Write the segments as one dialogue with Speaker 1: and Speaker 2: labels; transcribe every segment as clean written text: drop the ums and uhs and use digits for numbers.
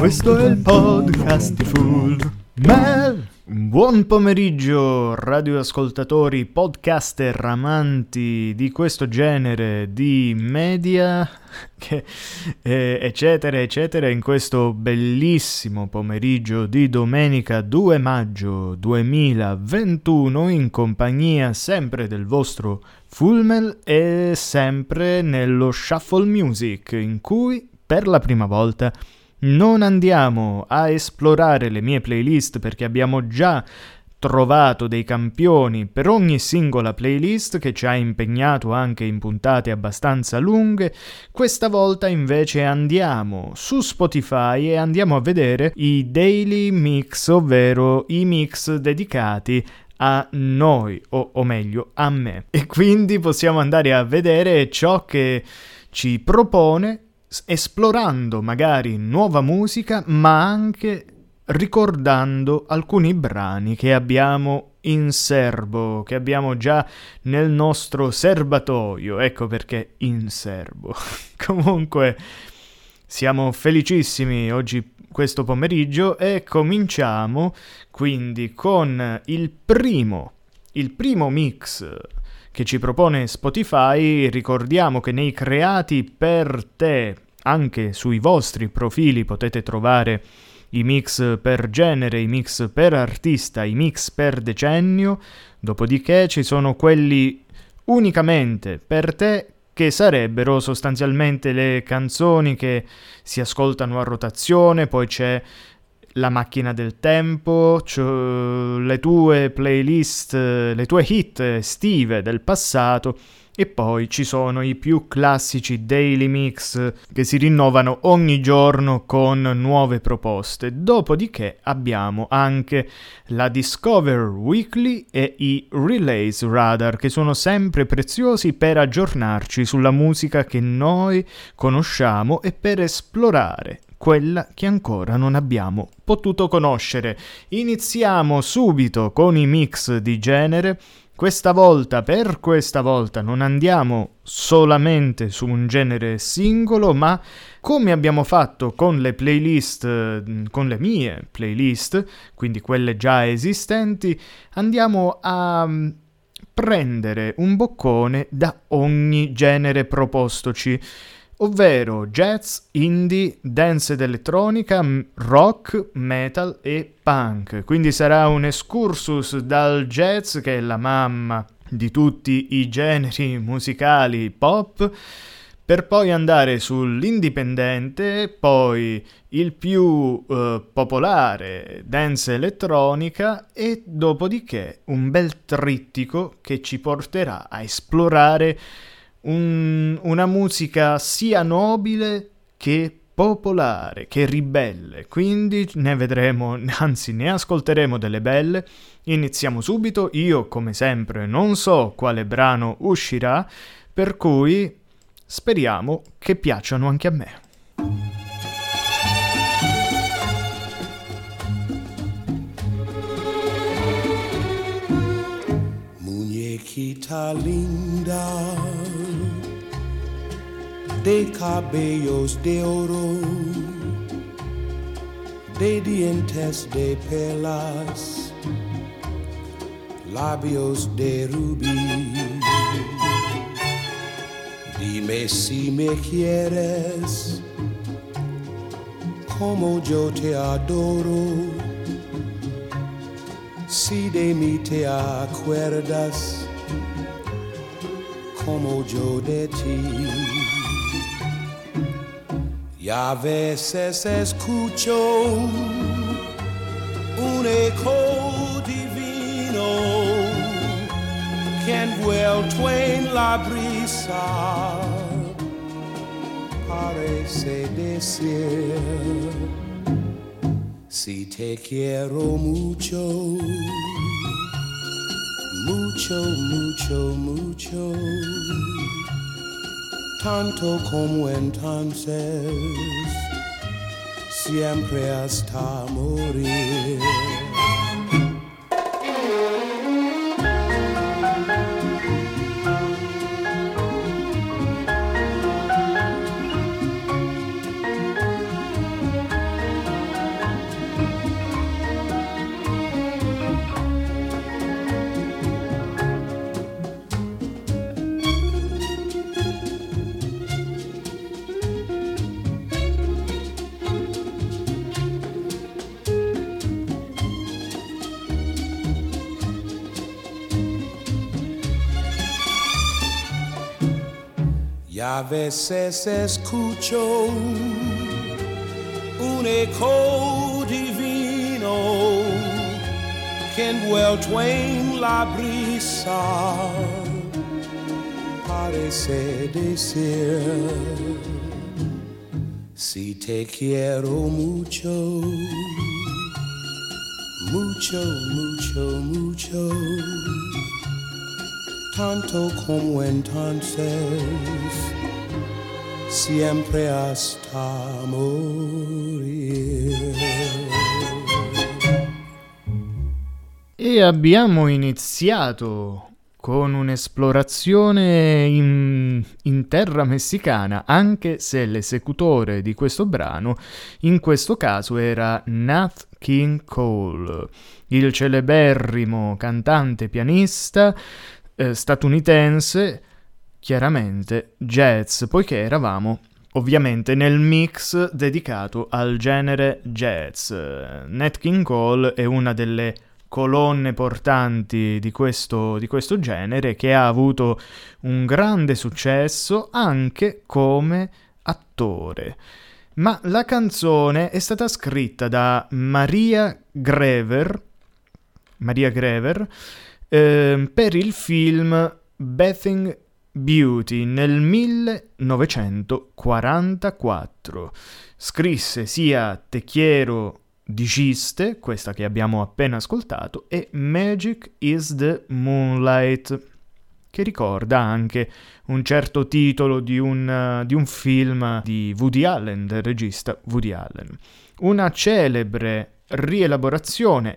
Speaker 1: Questo è il podcast di Full Mel. Buon pomeriggio radioascoltatori, podcaster, amanti di questo genere di media, eccetera eccetera, in questo bellissimo pomeriggio di domenica 2 maggio 2021 in compagnia sempre del vostro Fulmel e sempre nello Shuffle Music, in cui per la prima volta non andiamo a esplorare le mie playlist perché abbiamo già trovato dei campioni per ogni singola playlist che ci ha impegnato anche in puntate abbastanza lunghe. Questa volta invece andiamo su Spotify e andiamo a vedere i daily mix, ovvero i mix dedicati a noi, o meglio a me. E quindi possiamo andare a vedere ciò che ci propone, esplorando magari nuova musica, ma anche ricordando alcuni brani che abbiamo in serbo, che abbiamo già nel nostro serbatoio. Ecco perché in serbo. Comunque siamo felicissimi oggi questo pomeriggio e cominciamo quindi con il primo mix che ci propone Spotify. Ricordiamo che nei creati per te, anche sui vostri profili, potete trovare i mix per genere, i mix per artista, i mix per decennio, dopodiché ci sono quelli unicamente per te, che sarebbero sostanzialmente le canzoni che si ascoltano a rotazione. Poi c'è la macchina del tempo, cioè le tue playlist, le tue hit estive del passato, e poi ci sono i più classici daily mix che si rinnovano ogni giorno con nuove proposte. Dopodiché abbiamo anche la Discover Weekly e i Release Radar, che sono sempre preziosi per aggiornarci sulla musica che noi conosciamo e per esplorare quella che ancora non abbiamo potuto conoscere. Iniziamo subito con i mix di genere. Per questa volta non andiamo solamente su un genere singolo, ma come abbiamo fatto con le playlist, con le mie playlist, quindi quelle già esistenti, andiamo a prendere un boccone da ogni genere propostoci, ovvero jazz, indie, dance ed elettronica, rock, metal e punk. Quindi sarà un excursus dal jazz, che è la mamma di tutti i generi musicali pop, per poi andare sull'indipendente, poi il più popolare dance elettronica, e dopodiché un bel trittico che ci porterà a esplorare una musica sia nobile che popolare, che ribelle. Quindi ne vedremo, anzi ne ascolteremo delle belle. Iniziamo subito. Io come sempre non so quale brano uscirà, per cui speriamo che piacciono anche a me.
Speaker 2: Muñequita linda, de cabellos de oro, de dientes de perlas, labios de rubí. Dime si me quieres, como yo te adoro, si de mí te acuerdas, como yo de ti. Y a veces escucho un eco divino que envuelto en la brisa parece decir: si te quiero mucho, mucho, mucho, mucho, tanto como entonces, siempre hasta morir. a veces escucho un eco divino que envuelto en la brisa parece decir: si te quiero mucho, mucho, mucho, mucho, tanto como entonces, siempre hasta morir.
Speaker 1: E abbiamo iniziato con un'esplorazione in terra messicana, anche se l'esecutore di questo brano in questo caso era Nat King Cole, il celeberrimo cantante pianista statunitense, chiaramente jazz, poiché eravamo ovviamente nel mix dedicato al genere jazz. Nat King Cole è una delle colonne portanti di questo genere, che ha avuto un grande successo anche come attore. Ma la canzone è stata scritta da Maria Grever per il film Bathing Beauty nel 1944. Scrisse sia Te quiero Dijiste, questa che abbiamo appena ascoltato, e Magic is the Moonlight, che ricorda anche un certo titolo di un film di Woody Allen, del regista Woody Allen. Una celebre rielaborazione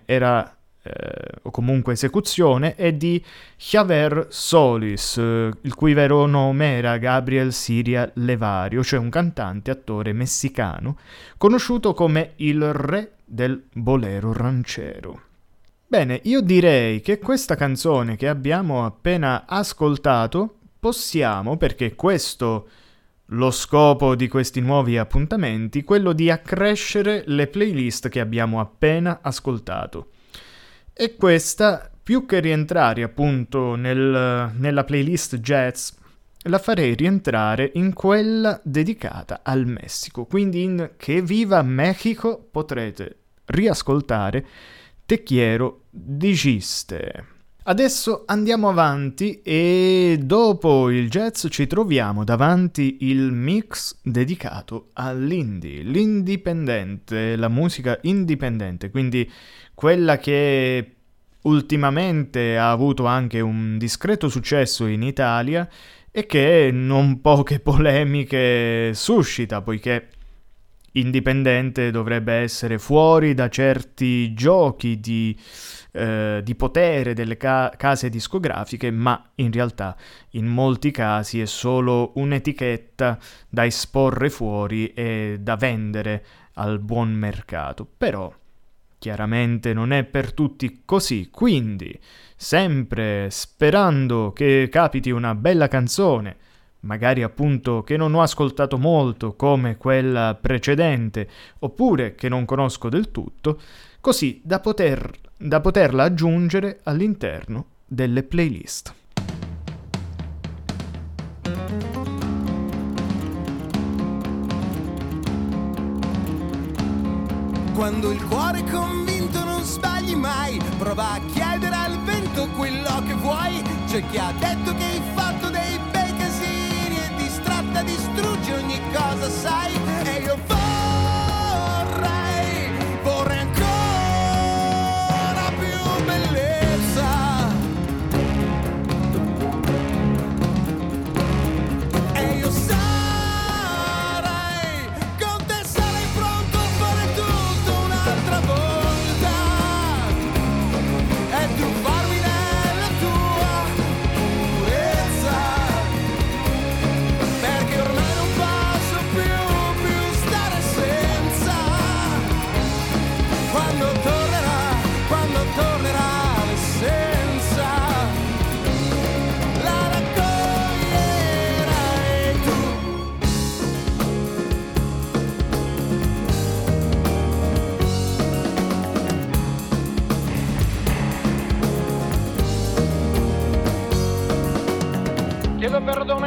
Speaker 1: o comunque esecuzione è di Javier Solis, il cui vero nome era Gabriel Siria Levario, cioè un cantante attore messicano conosciuto come il re del bolero ranchero. Bene, io direi che questa canzone che abbiamo appena ascoltato possiamo, perché questo lo scopo di questi nuovi appuntamenti, quello di accrescere le playlist che abbiamo appena ascoltato. E questa, più che rientrare appunto nella playlist jazz, la farei rientrare in quella dedicata al Messico. Quindi in Che Viva Mexico potrete riascoltare Te quiero Dijiste. Adesso andiamo avanti e dopo il jazz ci troviamo davanti il mix dedicato all'indie, l'indipendente, la musica indipendente, quindi quella che ultimamente ha avuto anche un discreto successo in Italia e che non poche polemiche suscita, poiché indipendente dovrebbe essere fuori da certi giochi di potere delle case discografiche, ma in realtà in molti casi è solo un'etichetta da esporre fuori e da vendere al buon mercato. Però chiaramente non è per tutti così, quindi sempre sperando che capiti una bella canzone, magari appunto che non ho ascoltato molto come quella precedente, oppure che non conosco del tutto, così da poterla aggiungere all'interno delle playlist.
Speaker 3: Quando il cuore è convinto non sbagli mai, prova a chiedere al vento quello che vuoi. C'è chi ha detto che hai fatto dei bei casini e distratta distruggi ogni cosa, sai. E io vorrei ancora più bellezza. E io sarei con te, sarei pronto a fare tutto un'altra volta e truffarmi nella tua purezza, perché ormai non posso più stare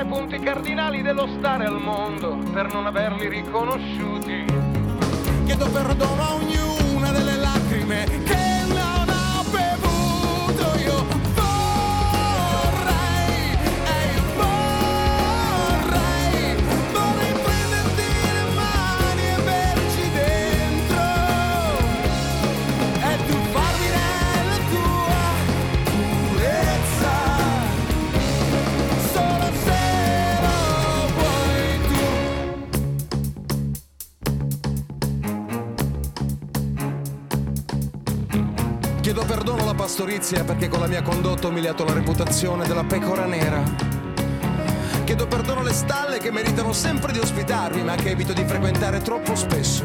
Speaker 4: ai punti cardinali dello stare al mondo per non averli riconosciuti.
Speaker 3: Chiedo perdono a ognuna delle lacrime che non ho bevuto. Io vorrei prenderti le mani e berci dentro e tu farmi nella tua purezza, solo se lo vuoi tu. Chiedo perdono alla pastorizia perché con la mia condotta ho umiliato la reputazione della pecora nera. Chiedo perdono alle stalle che meritano sempre di ospitarmi ma che evito di frequentare troppo spesso.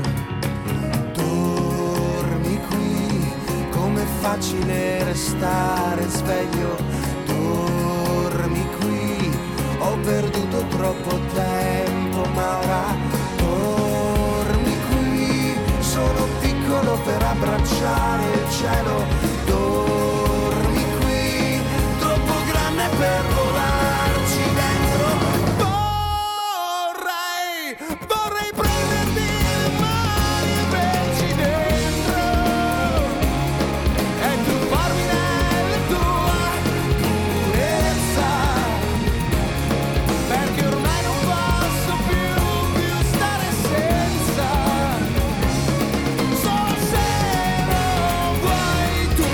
Speaker 3: Dormi qui, com'è facile restare sveglio. Dormi qui, ho perduto troppo tempo ma ora dormi qui, sono piccolo per abbracciare il cielo. Dormi qui, troppo grande per volarci dentro. Vorrei prenderti le mani e berci dentro e tu farmi nella tua purezza, perché ormai non posso più stare senza, solo se lo vuoi tu.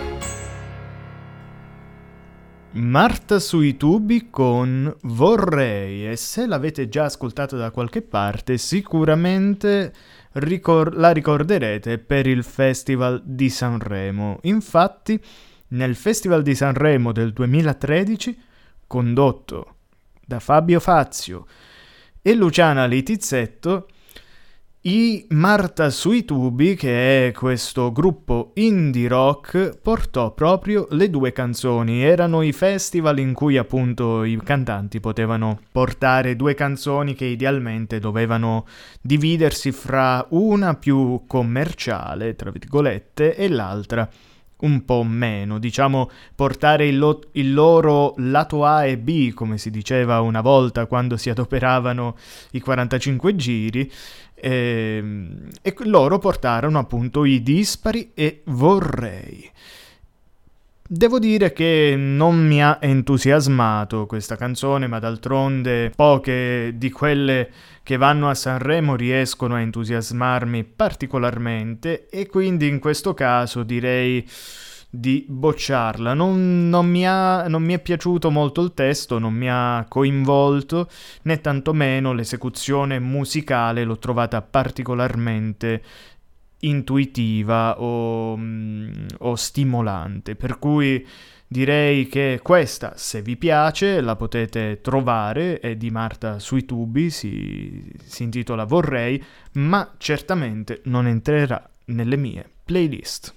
Speaker 1: Marta sui tubi con Vorrei, e se l'avete già ascoltata da qualche parte sicuramente la ricorderete per il Festival di Sanremo. Infatti nel Festival di Sanremo del 2013, condotto da Fabio Fazio e Luciana Littizzetto, i Marta sui tubi, che è questo gruppo indie rock, portò proprio le due canzoni. Erano i festival in cui appunto i cantanti potevano portare due canzoni che idealmente dovevano dividersi fra una più commerciale, tra virgolette, e l'altra un po' meno, diciamo portare il loro lato A e B, come si diceva una volta quando si adoperavano i 45 giri, e loro portarono appunto i Dispari e Vorrei. Devo dire che non mi ha entusiasmato questa canzone, ma d'altronde poche di quelle che vanno a Sanremo riescono a entusiasmarmi particolarmente, e quindi in questo caso direi di bocciarla. Non mi è piaciuto molto il testo, non mi ha coinvolto, né tantomeno l'esecuzione musicale l'ho trovata particolarmente intuitiva o stimolante, per cui direi che questa, se vi piace, la potete trovare, è di Marta sui tubi, si intitola Vorrei, ma certamente non entrerà nelle mie playlist.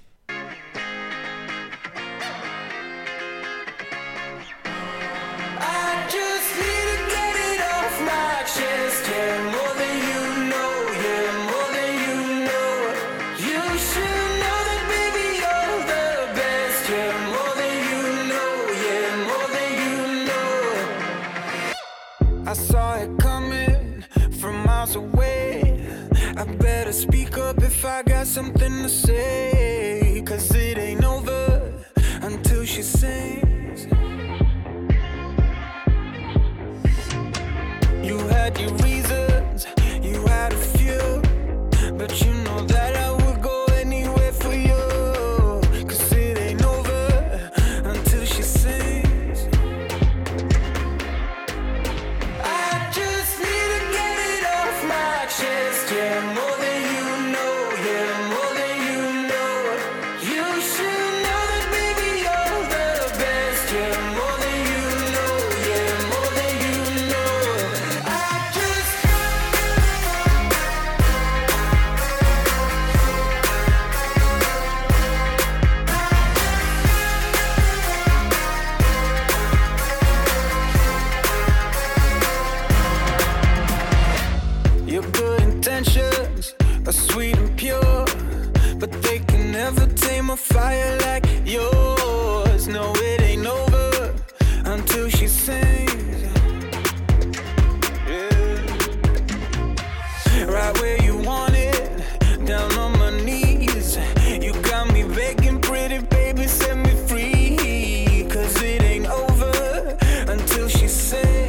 Speaker 5: I saw it coming from miles away. I better speak up if I got something to say, 'cause it ain't over until she sings. You had your reasons, you had a few, but you know that I would go anywhere for you, 'cause it ain't over until she sings. Yeah, more than you know, yeah, more than you know. You should know that, baby, you're the best. Yeah, more than you know, yeah, more than you know. I just your good intentions are sweet and pure, but they can never tame a fire like yours. No, it ain't over until she sings. right where you want it, down on my knees. You got me begging, pretty baby, set me free. 'Cause it ain't over until she says,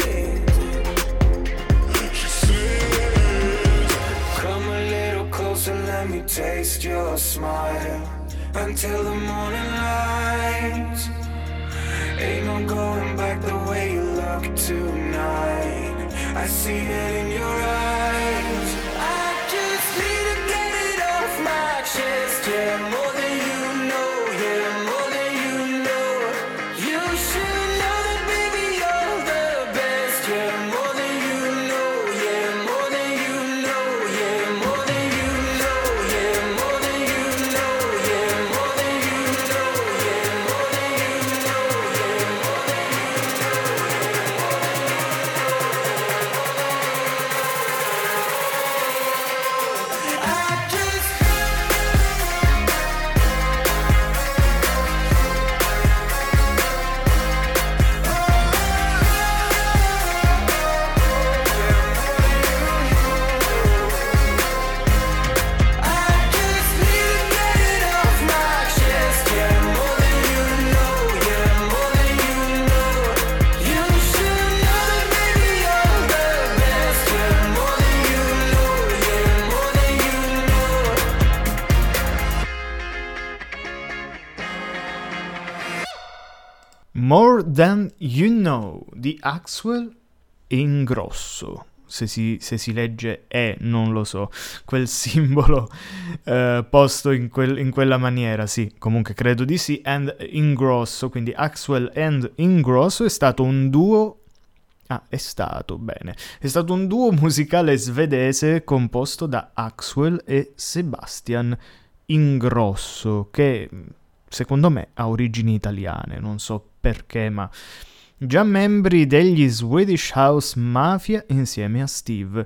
Speaker 5: come a little closer, let me taste your smile. Until the morning light, ain't no going back the way you look tonight. I see it in your eyes. I just need to get it off my chest. Yeah, more than you know. Yeah, more than you know. You should know that, baby, you're the best. Yeah, more than you know. Yeah, more than you know. Yeah, more than you know. Yeah, more than you know. Yeah, more than you know. Yeah, more than you know. Yeah, more than I just need to get it off my chest. Yeah, more than you know. Yeah, more than you know. You should know that, baby, you're the best. Yeah, more than you know. Yeah, more than you know.
Speaker 1: More Than You Know di Axwell Ingrosso. Se si legge non lo so, quel simbolo posto in quella maniera, sì, comunque credo di sì. And Ingrosso, quindi Axwell and Ingrosso è stato un duo. È stato un duo musicale svedese composto da Axwell e Sebastian Ingrosso, che secondo me ha origini italiane, non so perché, ma già membri degli Swedish House Mafia insieme a Steve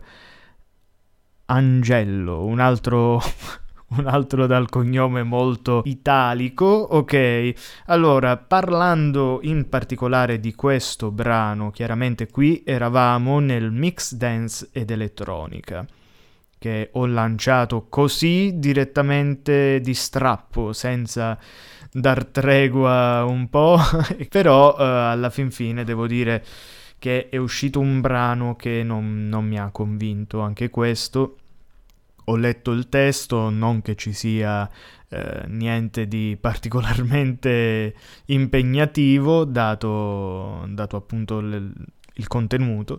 Speaker 1: Angello, un altro dal cognome molto italico. Ok, allora, parlando in particolare di questo brano, chiaramente qui eravamo nel mix dance ed elettronica, che ho lanciato così direttamente di strappo, senza dar tregua un po', però alla fin fine devo dire che è uscito un brano che non mi ha convinto, anche questo. Ho letto il testo, non che ci sia niente di particolarmente impegnativo, dato appunto il contenuto,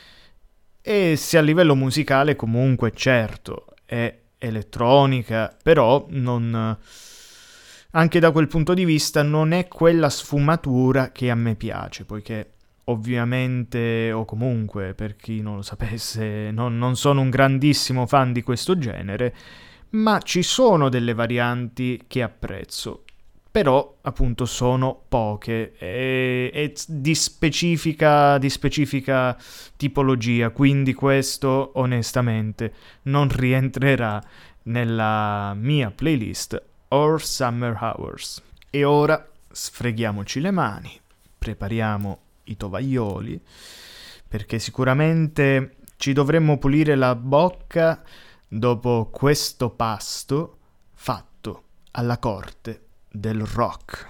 Speaker 1: e se a livello musicale comunque certo è elettronica, però non... Anche da quel punto di vista non è quella sfumatura che a me piace, poiché ovviamente, o comunque per chi non lo sapesse, non sono un grandissimo fan di questo genere, ma ci sono delle varianti che apprezzo, però appunto sono poche e di specifica tipologia, quindi questo onestamente non rientrerà nella mia playlist Or Summer Hours. E ora sfreghiamoci le mani, prepariamo i tovaglioli, perché sicuramente ci dovremmo pulire la bocca dopo questo pasto fatto alla corte del rock.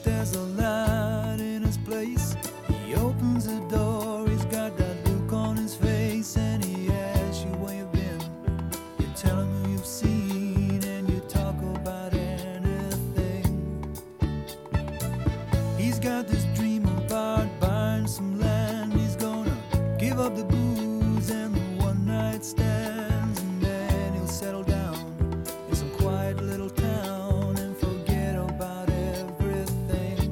Speaker 6: there's a light in his place. He opens the door, he's got that look on his face, and he asks you where you've been. You tell him who you've seen, and you talk about anything. He's got this dream about buying some land. He's gonna give up the booze and the one night stands, and then he'll settle down in some quiet little town and forget about everything.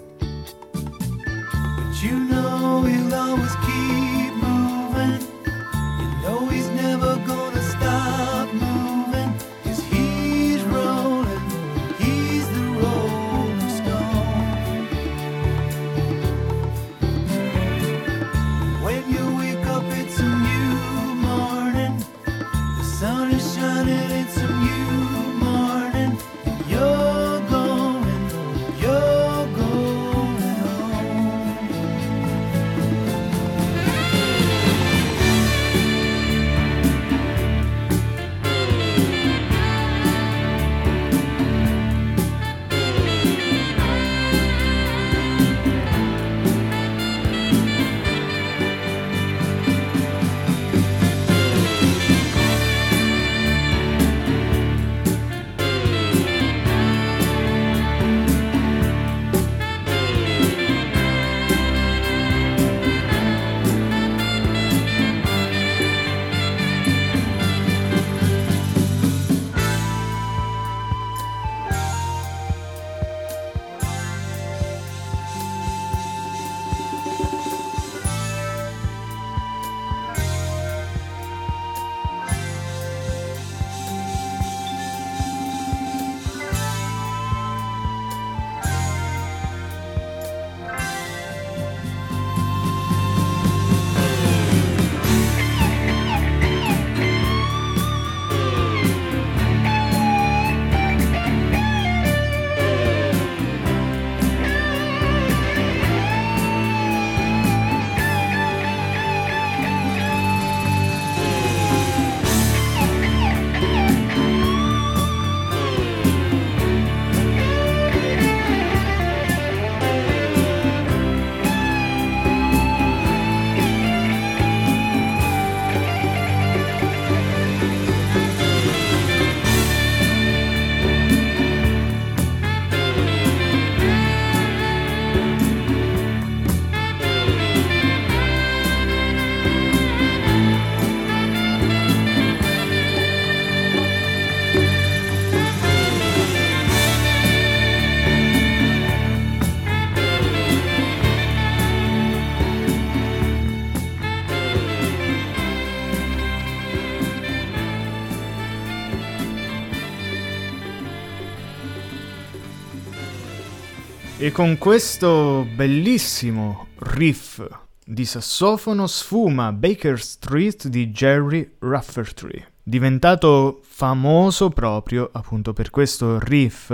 Speaker 6: But you know he'll always keep moving. You know he's never gonna stop moving, 'cause he's rolling, he's the rolling stone. When you wake up it's a new morning, the sun is shining, it's a new morning, and you're going home.
Speaker 1: E con questo bellissimo riff di sassofono sfuma Baker Street di Jerry Rafferty, diventato famoso proprio appunto per questo riff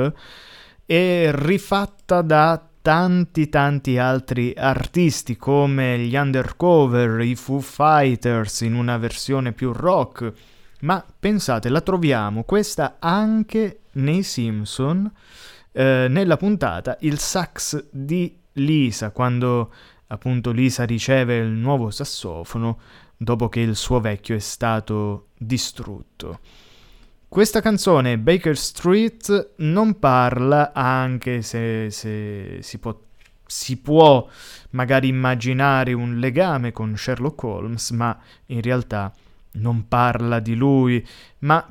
Speaker 1: e rifatta da tanti altri artisti come gli Undercover, i Foo Fighters in una versione più rock. Ma pensate, la troviamo questa anche nei Simpson, nella puntata il sax di Lisa, quando appunto Lisa riceve il nuovo sassofono dopo che il suo vecchio è stato distrutto. Questa canzone, Baker Street, non parla, anche se si può magari immaginare un legame con Sherlock Holmes, ma in realtà non parla di lui, ma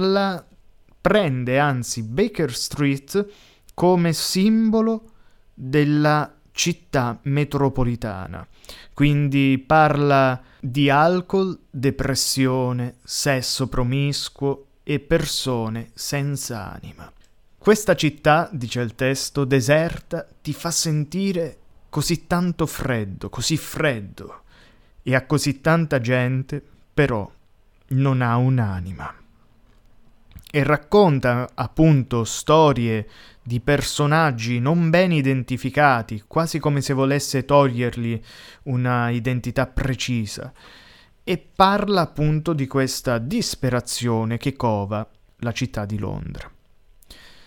Speaker 1: prende anzi Baker Street come simbolo della città metropolitana. Quindi parla di alcol, depressione, sesso promiscuo e persone senza anima. Questa città, dice il testo, deserta, ti fa sentire così tanto freddo, così freddo, e ha così tanta gente, però non ha un'anima. E racconta appunto storie di personaggi non ben identificati, quasi come se volesse togliergli una identità precisa, e parla appunto di questa disperazione che cova la città di Londra.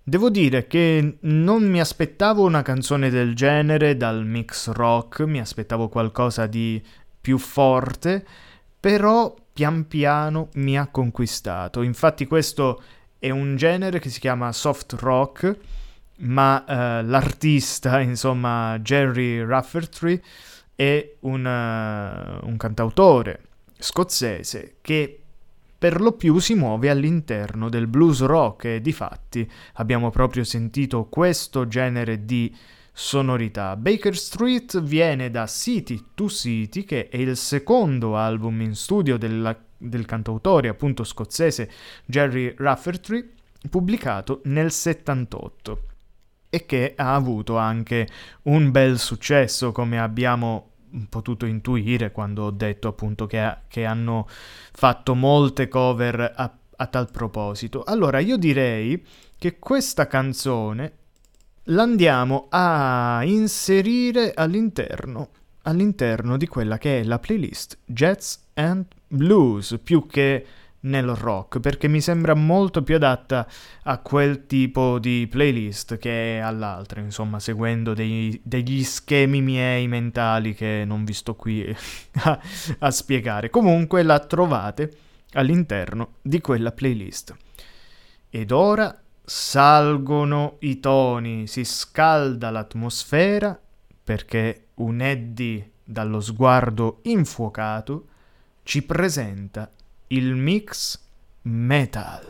Speaker 1: Devo dire che non mi aspettavo una canzone del genere dal mix rock, mi aspettavo qualcosa di più forte, però pian piano mi ha conquistato. Infatti questo è un genere che si chiama soft rock, ma l'artista, insomma, Gerry Rafferty, è un cantautore scozzese che per lo più si muove all'interno del blues rock e difatti abbiamo proprio sentito questo genere di sonorità. Baker Street viene da City to City, che è il secondo album in studio del cantautore appunto scozzese Gerry Rafferty, pubblicato nel 78 e che ha avuto anche un bel successo, come abbiamo potuto intuire quando ho detto appunto che hanno fatto molte cover a tal proposito. Allora io direi che questa canzone l'andiamo a inserire all'interno di quella che è la playlist Jazz and Blues, più che nel rock, perché mi sembra molto più adatta a quel tipo di playlist che all'altra, insomma, seguendo degli schemi miei mentali che non vi sto qui a spiegare. Comunque la trovate all'interno di quella playlist. Ed ora salgono i toni, si scalda l'atmosfera, perché un Eddie dallo sguardo infuocato ci presenta il mix metal.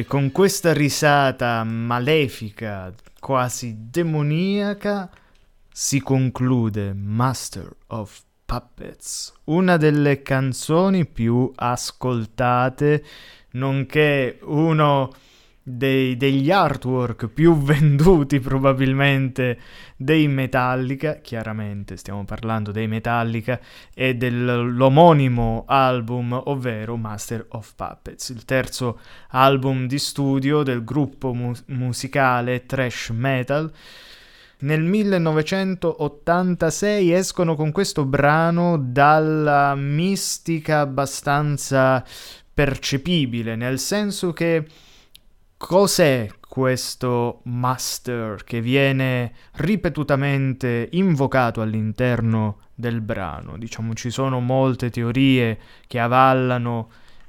Speaker 1: E con questa risata malefica, quasi demoniaca, si conclude Master of Puppets, una delle canzoni più ascoltate, nonché uno degli artwork più venduti probabilmente dei Metallica. Chiaramente stiamo parlando dei Metallica e dell'omonimo album, ovvero Master of Puppets, il terzo album di studio del gruppo musicale thrash metal. Nel 1986 escono con questo brano dalla mistica abbastanza percepibile, nel senso che cos'è questo Master che viene ripetutamente invocato all'interno del brano? Diciamo, ci sono molte teorie che avallano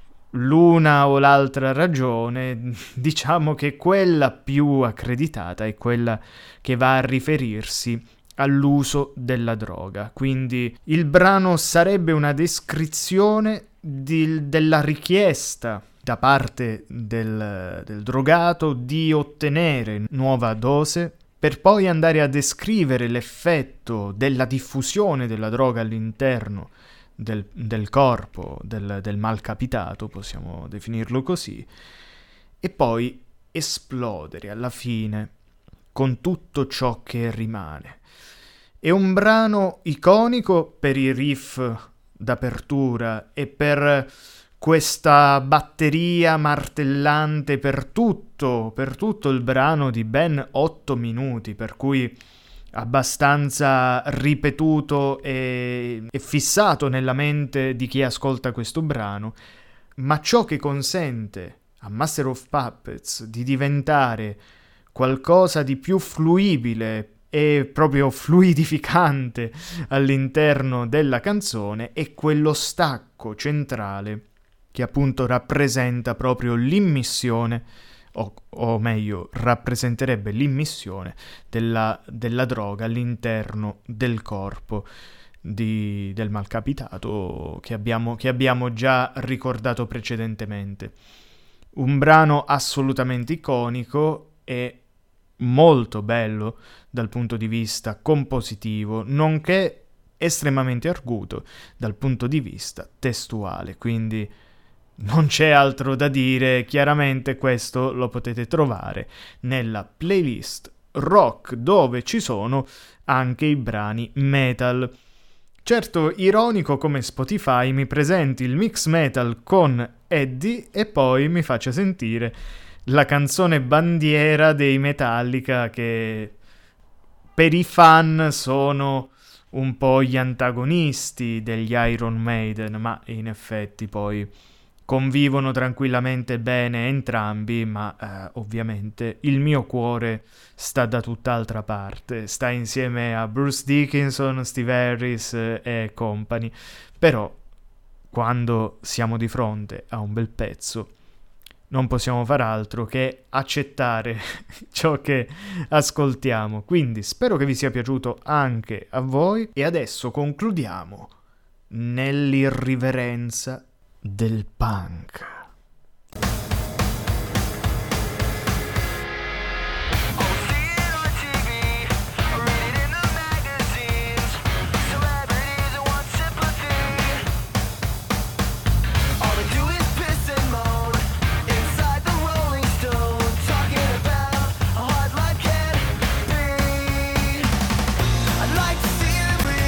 Speaker 1: l'una o l'altra ragione. Diciamo che quella più accreditata è quella che va a riferirsi all'uso della droga. Quindi il brano sarebbe una descrizione della richiesta da parte del drogato di ottenere nuova dose, per poi andare a descrivere l'effetto della diffusione della droga all'interno del corpo del malcapitato, possiamo definirlo così, e poi esplodere alla fine con tutto ciò che rimane. È un brano iconico per i riff d'apertura e per questa batteria martellante per tutto il brano di ben 8 minuti, per cui abbastanza ripetuto e fissato nella mente di chi ascolta questo brano, ma ciò che consente a Master of Puppets di diventare qualcosa di più fluibile e proprio fluidificante all'interno della canzone è quello stacco centrale che appunto rappresenta proprio l'immissione, o meglio, rappresenterebbe l'immissione della droga all'interno del corpo del malcapitato che abbiamo già ricordato precedentemente. Un brano assolutamente iconico e molto bello dal punto di vista compositivo, nonché estremamente arguto dal punto di vista testuale, quindi non c'è altro da dire. Chiaramente questo lo potete trovare nella playlist rock, dove ci sono anche i brani metal. Certo, ironico come Spotify mi presenti il mix metal con Eddie e poi mi faccia sentire la canzone bandiera dei Metallica, che per i fan sono un po' gli antagonisti degli Iron Maiden, ma in effetti poi convivono tranquillamente bene entrambi, ma ovviamente il mio cuore sta da tutt'altra parte, sta insieme a Bruce Dickinson, Steve Harris e company. Però quando siamo di fronte a un bel pezzo non possiamo far altro che accettare ciò che ascoltiamo. Quindi spero che vi sia piaciuto anche a voi, e adesso concludiamo nell'irriverenza del punk.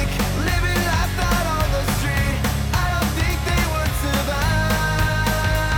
Speaker 3: Living life out on the street, I don't think they would survive.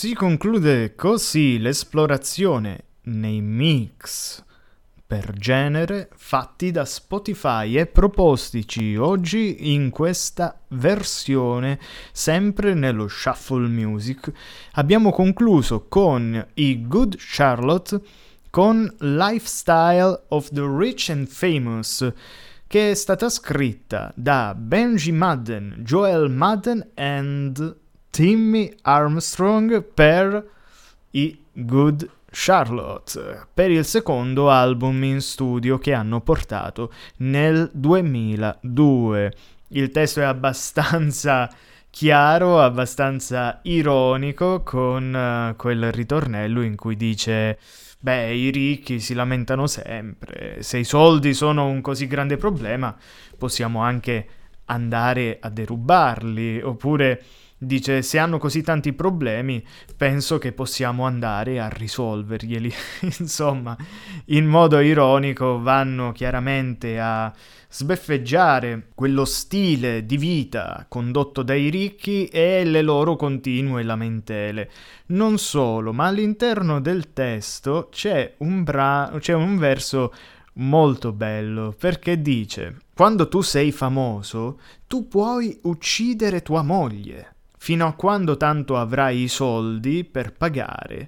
Speaker 1: Si conclude così l'esplorazione nei mix per genere fatti da Spotify e propostici oggi in questa versione, sempre nello Shuffle Music. Abbiamo concluso con i Good Charlotte con Lifestyle of the Rich and Famous, che è stata scritta da Benji Madden, Joel Madden and Timmy Armstrong per i Good Charlotte, per il secondo album in studio che hanno portato nel 2002. Il testo è abbastanza chiaro, abbastanza ironico, con quel ritornello in cui dice: beh, i ricchi si lamentano sempre, se i soldi sono un così grande problema possiamo anche andare a derubarli, oppure dice: se hanno così tanti problemi, penso che possiamo andare a risolverglieli. Insomma, in modo ironico vanno chiaramente a sbeffeggiare quello stile di vita condotto dai ricchi e le loro continue lamentele. Non solo, ma all'interno del testo c'è un verso molto bello, perché dice: quando tu sei famoso, tu puoi uccidere tua moglie, fino a quando tanto avrai i soldi per pagare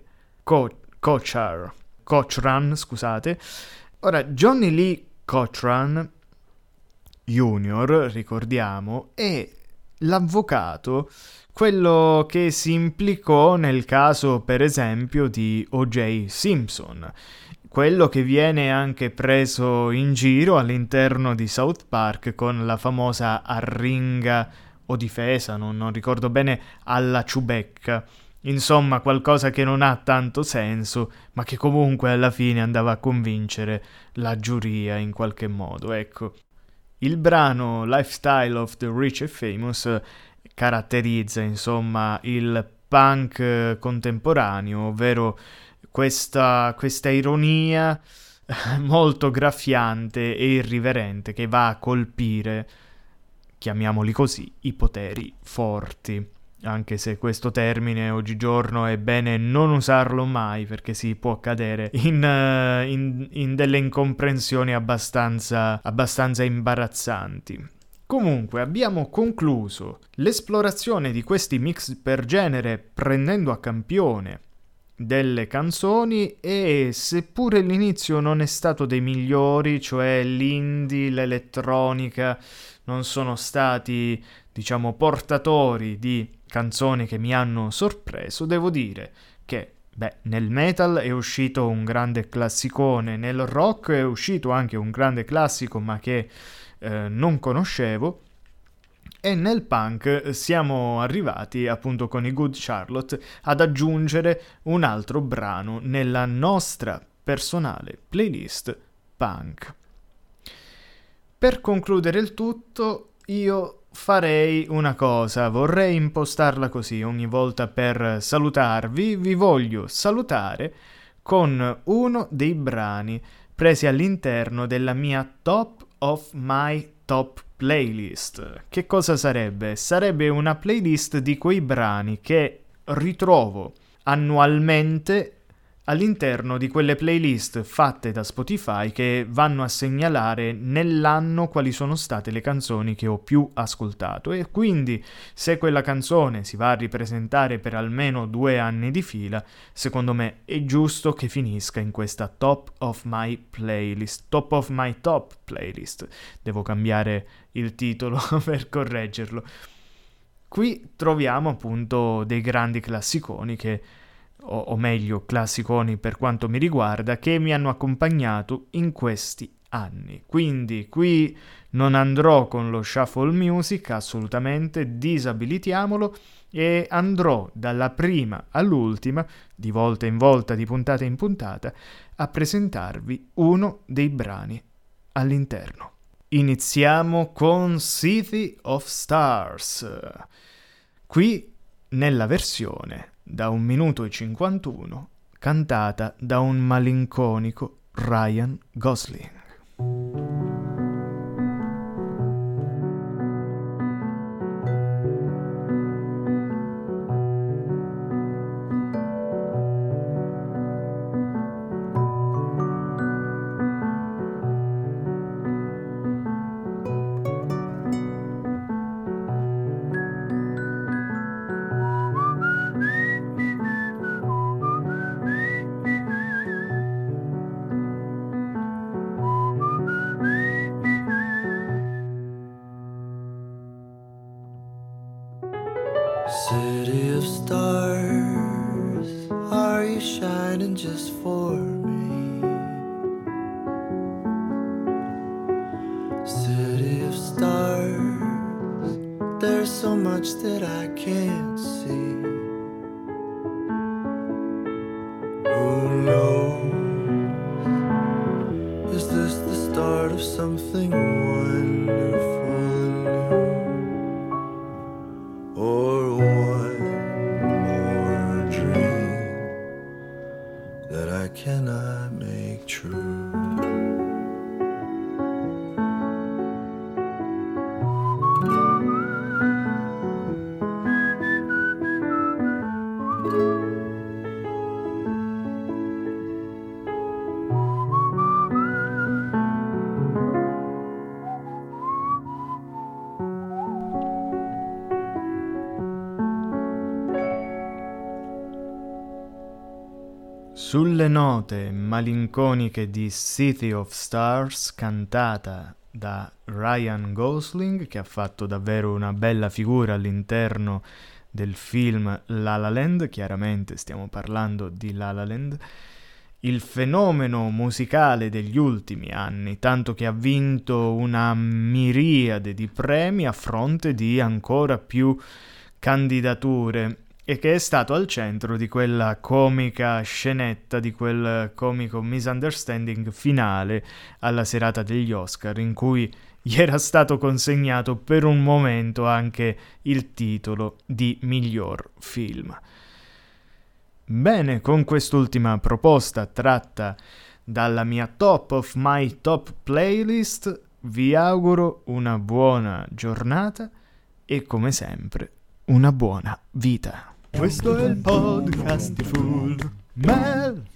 Speaker 1: Cochran, scusate. Ora, Johnny Lee Cochran Jr., ricordiamo, è l'avvocato, quello che si implicò nel caso, per esempio, di O.J. Simpson, quello che viene anche preso in giro all'interno di South Park con la famosa arringa o difesa, non ricordo bene, alla ciubecca. Insomma, qualcosa che non ha tanto senso, ma che comunque alla fine andava a convincere la giuria in qualche modo, ecco. Il brano Lifestyle of the Rich and Famous caratterizza, insomma, il punk contemporaneo, ovvero questa ironia molto graffiante e irriverente che va a colpire, chiamiamoli così, i poteri forti. Anche se questo termine oggigiorno è bene non usarlo mai, perché si può cadere in delle incomprensioni abbastanza imbarazzanti. Comunque abbiamo concluso l'esplorazione di questi mix per genere prendendo a campione delle canzoni, e seppure l'inizio non è stato dei migliori, cioè l'indie, l'elettronica, non sono stati, diciamo, portatori di canzoni che mi hanno sorpreso, devo dire che, nel metal è uscito un grande classicone, nel rock è uscito anche un grande classico, ma che non conoscevo, e nel punk siamo arrivati, appunto, con i Good Charlotte ad aggiungere un altro brano nella nostra personale playlist punk. Per concludere il tutto, io farei una cosa, vorrei impostarla così: ogni volta per salutarvi, vi voglio salutare con uno dei brani presi all'interno della mia Top of My Top playlist. Che cosa sarebbe? Sarebbe una playlist di quei brani che ritrovo annualmente all'interno di quelle playlist fatte da Spotify che vanno a segnalare nell'anno quali sono state le canzoni che ho più ascoltato, e quindi se quella canzone si va a ripresentare per almeno 2 anni di fila, secondo me è giusto che finisca in questa Top of My playlist, Top of My Top playlist. Devo cambiare il titolo per correggerlo. Qui troviamo appunto dei grandi classiconi che o meglio classiconi per quanto mi riguarda, che mi hanno accompagnato in questi anni. Quindi qui non andrò con lo shuffle music, assolutamente, disabilitiamolo, e andrò dalla prima all'ultima, di volta in volta, di puntata in puntata, a presentarvi uno dei brani all'interno. Iniziamo con City of Stars, qui nella versione da 1 minuto e 51, cantata da un malinconico Ryan Gosling.
Speaker 6: this for me. City of stars, there's so much that I can't see. Who knows? Is this the start of something wonderful and new? Or one more dream that I cannot make true?
Speaker 1: Sulle note malinconiche di City of Stars, cantata da Ryan Gosling, che ha fatto davvero una bella figura all'interno del film La La Land, chiaramente stiamo parlando di La La Land, il fenomeno musicale degli ultimi anni, tanto che ha vinto una miriade di premi a fronte di ancora più candidature, e che è stato al centro di quella comica scenetta, di quel comico misunderstanding finale alla serata degli Oscar, in cui gli era stato consegnato per un momento anche il titolo di miglior film. Bene, con quest'ultima proposta tratta dalla mia top of my top playlist vi auguro una buona giornata e, come sempre, una buona vita. Questo è il podcast di Full Metal